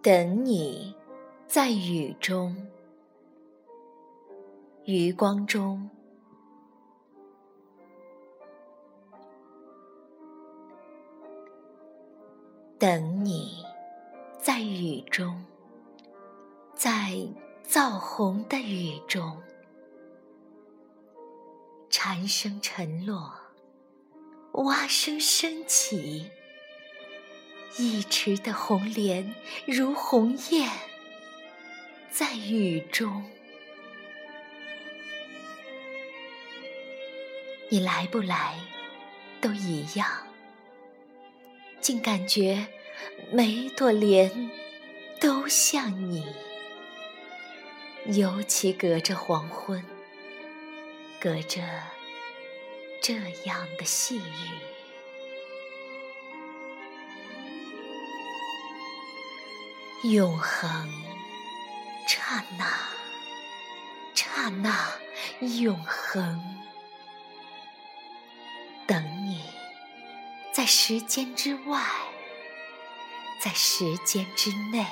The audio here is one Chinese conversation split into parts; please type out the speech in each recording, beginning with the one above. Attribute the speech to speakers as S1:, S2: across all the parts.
S1: 等你在雨中，余光中。等你在雨中，在燥红的雨中，蝉声沉落，蛙声升起，一池的红莲如鸿雁，在雨中。你来不来都一样，竟感觉每一朵莲都像你，尤其隔着黄昏，隔着这样的细雨。永恒，刹那，刹那，永恒。等你，在时间之外，在时间之内。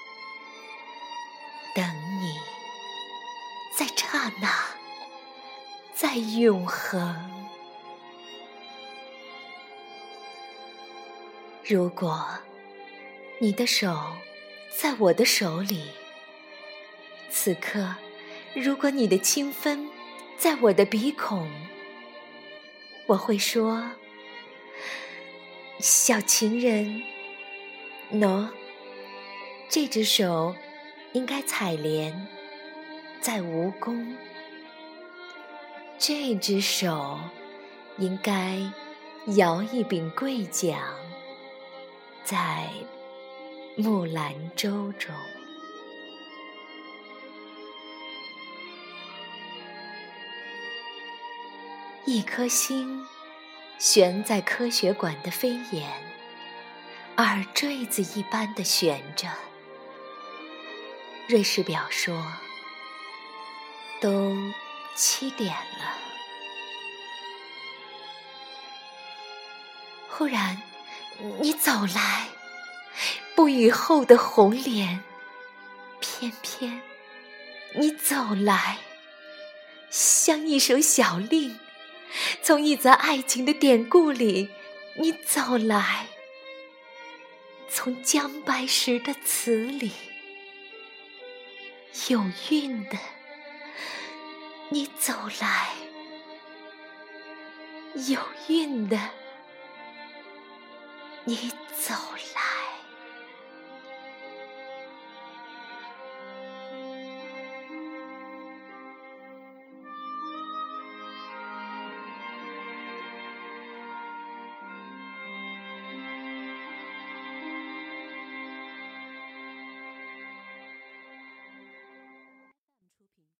S1: 等你，在刹那，在永恒。如果你的手在我的手里，此刻，如果你的清芬在我的鼻孔，我会说，小情人，喏，这只手应该采莲，在蜈蚣；这只手应该摇一柄桂桨，在木兰舟中。一颗星悬在科学馆的飞檐，耳坠子一般地悬着。瑞士表说，都7点了。忽然，你走来，不雨后的红莲，偏偏你走来，像一首小令，从一则爱情的典故里，你走来，从姜白石的词里，有韵的，你走来，有韵的，你走来。